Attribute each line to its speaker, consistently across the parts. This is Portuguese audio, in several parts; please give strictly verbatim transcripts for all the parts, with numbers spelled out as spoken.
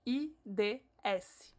Speaker 1: I D S.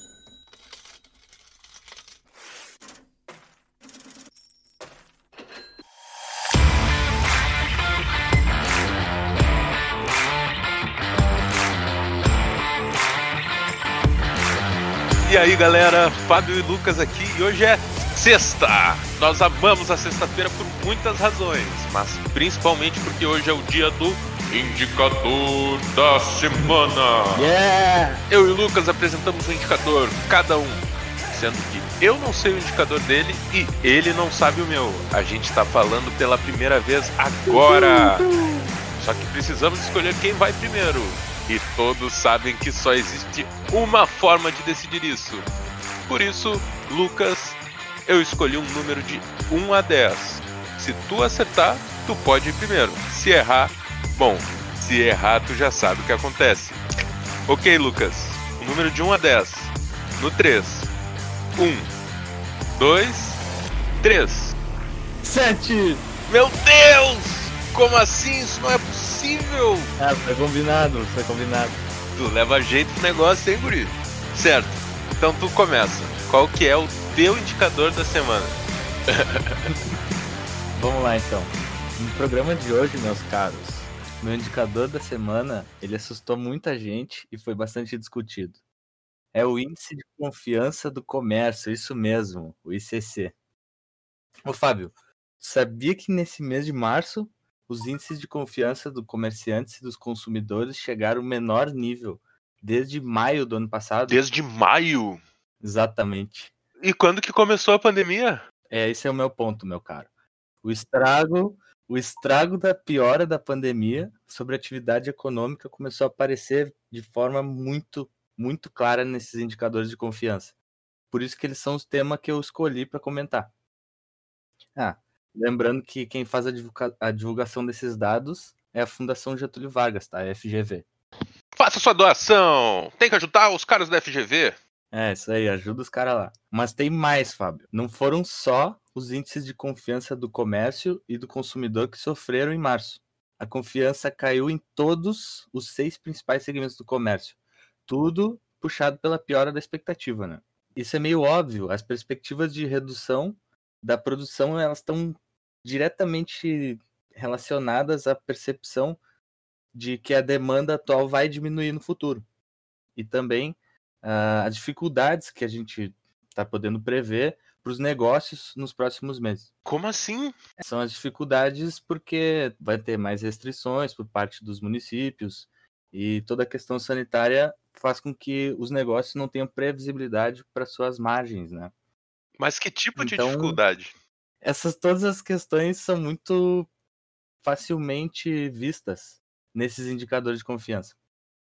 Speaker 2: E aí galera, Fábio e Lucas aqui, e hoje é sexta! Nós amamos a sexta-feira por muitas razões, mas principalmente porque hoje é o dia do Indicador da Semana!
Speaker 3: Yeah!
Speaker 2: Eu e o Lucas apresentamos um indicador, cada um, sendo que eu não sei o indicador dele e ele não sabe o meu. A gente tá falando pela primeira vez agora! Só que precisamos escolher quem vai primeiro. E todos sabem que só existe uma forma de decidir isso. Por isso, Lucas, eu escolhi um número de um a dez. Se tu acertar, tu pode ir primeiro. Se errar, bom, se errar tu já sabe o que acontece. Ok, Lucas, um número de um a dez. No três. um, dois, três.
Speaker 3: Sete!
Speaker 2: Meu Deus! Como assim? Isso não é possível!
Speaker 3: Ah, foi combinado, foi combinado.
Speaker 2: Tu leva jeito no negócio, hein, guri? Certo. Então tu começa. Qual que é o teu indicador da semana?
Speaker 3: Vamos lá então. No programa de hoje, meus caros, meu indicador da semana, ele assustou muita gente e foi bastante discutido. É o Índice de Confiança do Comércio, isso mesmo, o I C C. Ô Fábio, sabia que nesse mês de março, os índices de confiança dos comerciantes e dos consumidores chegaram ao menor nível desde maio do ano passado?
Speaker 2: Desde maio?
Speaker 3: Exatamente.
Speaker 2: E quando que começou a pandemia?
Speaker 3: É, esse é o meu ponto, meu caro. O estrago, o estrago da piora da pandemia sobre a atividade econômica começou a aparecer de forma muito, muito clara nesses indicadores de confiança. Por isso que eles são os temas que eu escolhi para comentar. Ah, lembrando que quem faz a, divulga- a divulgação desses dados é a Fundação Getúlio Vargas, tá? A F G V.
Speaker 2: Faça sua doação! Tem que ajudar os caras da F G V.
Speaker 3: É, isso aí, ajuda os caras lá. Mas tem mais, Fábio. Não foram só os índices de confiança do comércio e do consumidor que sofreram em março. A confiança caiu em todos os seis principais segmentos do comércio. Tudo puxado pela piora da expectativa, né? Isso é meio óbvio. As perspectivas de redução da produção, elas estão diretamente relacionadas à percepção de que a demanda atual vai diminuir no futuro. E também uh, as dificuldades que a gente está podendo prever para os negócios nos próximos meses.
Speaker 2: Como assim?
Speaker 3: São as dificuldades porque vai ter mais restrições por parte dos municípios e toda a questão sanitária faz com que os negócios não tenham previsibilidade para suas margens, né?
Speaker 2: Mas que tipo de
Speaker 3: Então,
Speaker 2: dificuldade?
Speaker 3: essas todas as questões são muito facilmente vistas nesses indicadores de confiança.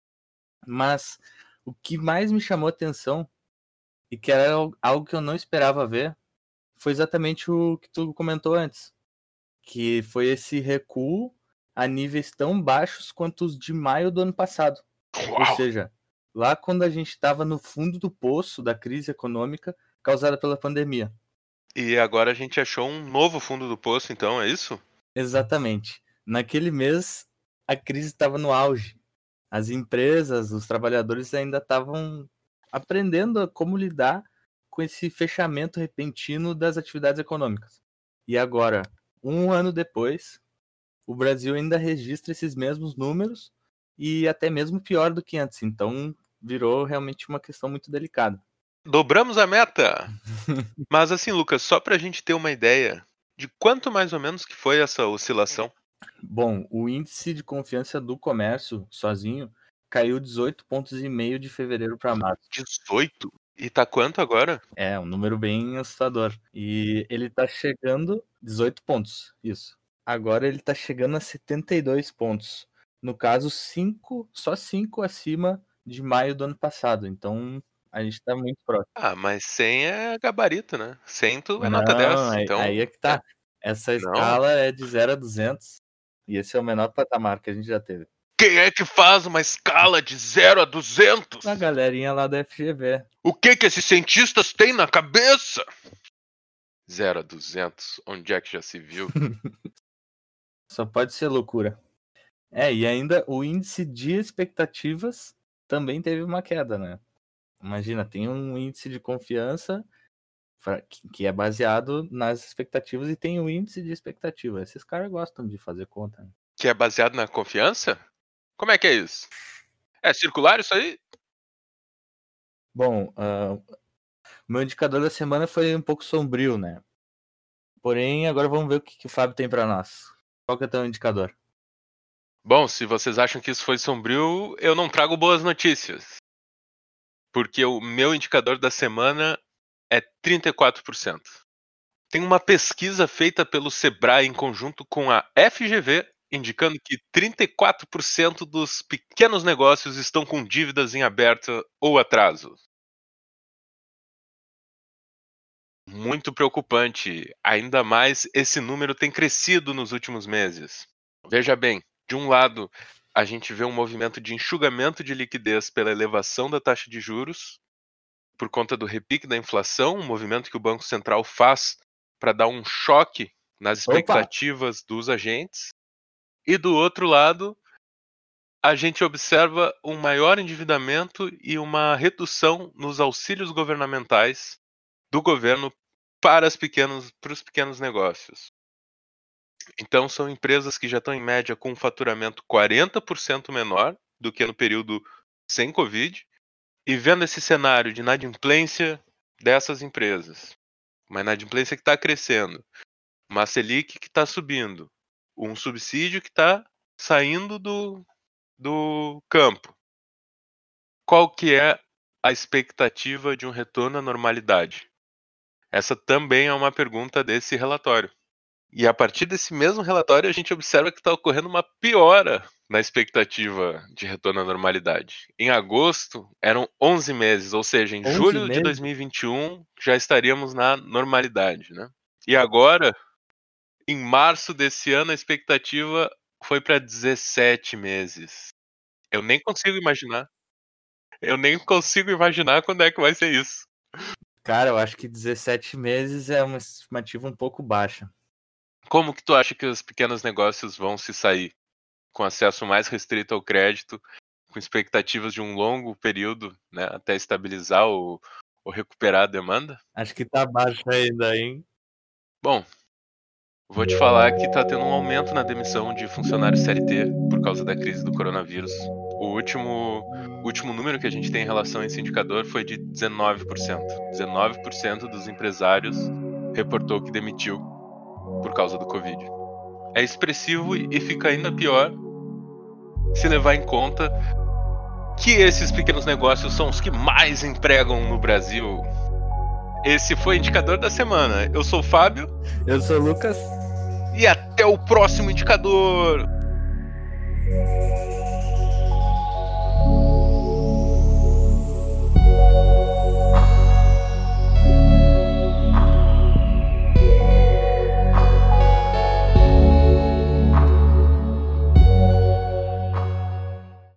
Speaker 3: Mas o que mais me chamou a atenção e que era algo que eu não esperava ver foi exatamente o que tu comentou antes, que foi esse recuo a níveis tão baixos quanto os de maio do ano passado.
Speaker 2: Uau.
Speaker 3: Ou seja, lá quando a gente estava no fundo do poço da crise econômica causada pela pandemia.
Speaker 2: E agora a gente achou um novo fundo do poço, então, é isso?
Speaker 3: Exatamente. Naquele mês, a crise estava no auge. As empresas, os trabalhadores ainda estavam aprendendo a como lidar com esse fechamento repentino das atividades econômicas. E agora, um ano depois, o Brasil ainda registra esses mesmos números e até mesmo pior do que antes. Então, virou realmente uma questão muito delicada.
Speaker 2: Dobramos a meta! Mas assim, Lucas, só pra gente ter uma ideia de quanto mais ou menos que foi essa oscilação.
Speaker 3: Bom, o índice de confiança do comércio sozinho caiu dezoito pontos e meio de fevereiro para março.
Speaker 2: dezoito? E tá quanto agora?
Speaker 3: É, um número bem assustador. E ele tá chegando dezoito pontos, isso. Agora ele tá chegando a setenta e dois pontos. No caso, cinco, só cinco acima de maio do ano passado. Então, a gente tá muito próximo.
Speaker 2: Ah, mas cem é gabarito, né? cem tu é nota
Speaker 3: Não,
Speaker 2: dez,
Speaker 3: aí,
Speaker 2: então...
Speaker 3: aí é que tá. Essa
Speaker 2: Não.
Speaker 3: escala é de zero a duzentos. E esse é o menor patamar que a gente já teve.
Speaker 2: Quem é que faz uma escala de zero a duzentos?
Speaker 3: A galerinha lá da F G V.
Speaker 2: O que que esses cientistas têm na cabeça? zero a duzentos, onde é que já se viu?
Speaker 3: Só pode ser loucura. É, e ainda o índice de expectativas também teve uma queda, né? Imagina, tem um índice de confiança pra- que que é baseado nas expectativas e tem o índice de expectativa. Esses caras gostam de fazer conta, né?
Speaker 2: Que é baseado na confiança? Como é que é isso? É circular isso aí?
Speaker 3: Bom, ah, meu indicador da semana foi um pouco sombrio, né? Porém, agora vamos ver o que, que o Fábio tem pra nós. Qual que é o teu indicador?
Speaker 2: Bom, se vocês acham que isso foi sombrio, eu não trago boas notícias. Porque o meu indicador da semana é trinta e quatro por cento. Tem uma pesquisa feita pelo Sebrae em conjunto com a F G V, indicando que trinta e quatro por cento dos pequenos negócios estão com dívidas em aberto ou atraso. Muito preocupante. Ainda mais esse número tem crescido nos últimos meses. Veja bem, de um lado, a gente vê um movimento de enxugamento de liquidez pela elevação da taxa de juros, por conta do repique da inflação, um movimento que o Banco Central faz para dar um choque nas
Speaker 3: Opa!
Speaker 2: expectativas dos agentes. E do outro lado, a gente observa um maior endividamento e uma redução nos auxílios governamentais do governo para, as pequenos, para os pequenos negócios. Então, são empresas que já estão, em média, com um faturamento quarenta por cento menor do que no período sem Covid, e vendo esse cenário de inadimplência dessas empresas, uma inadimplência que está crescendo, uma Selic que está subindo, um subsídio que está saindo do, do campo. Qual que é a expectativa de um retorno à normalidade? Essa também é uma pergunta desse relatório. E a partir desse mesmo relatório, a gente observa que está ocorrendo uma piora na expectativa de retorno à normalidade. Em agosto, eram onze meses, ou seja, em
Speaker 3: onze
Speaker 2: julho de
Speaker 3: meses?
Speaker 2: dois mil e vinte e um, já estaríamos na normalidade, né? E agora, em março desse ano, a expectativa foi para dezessete meses. Eu nem consigo imaginar. Eu nem consigo imaginar quando é que vai ser isso.
Speaker 3: Cara, eu acho que dezessete meses é uma estimativa um pouco baixa.
Speaker 2: Como que tu acha que os pequenos negócios vão se sair? Com acesso mais restrito ao crédito, com expectativas de um longo período, né, até estabilizar ou, ou recuperar a demanda?
Speaker 3: Acho que tá baixo ainda, hein?
Speaker 2: Bom, vou te falar que tá tendo um aumento na demissão de funcionários C L T por causa da crise do coronavírus. O último, o último número que a gente tem em relação a esse indicador foi de dezenove por cento. dezenove por cento dos empresários reportou que demitiu por causa do Covid. É expressivo e fica ainda pior se levar em conta que esses pequenos negócios são os que mais empregam no Brasil. Esse foi o indicador da semana. Eu sou o Fábio.
Speaker 3: Eu sou o Lucas.
Speaker 2: E até o próximo indicador.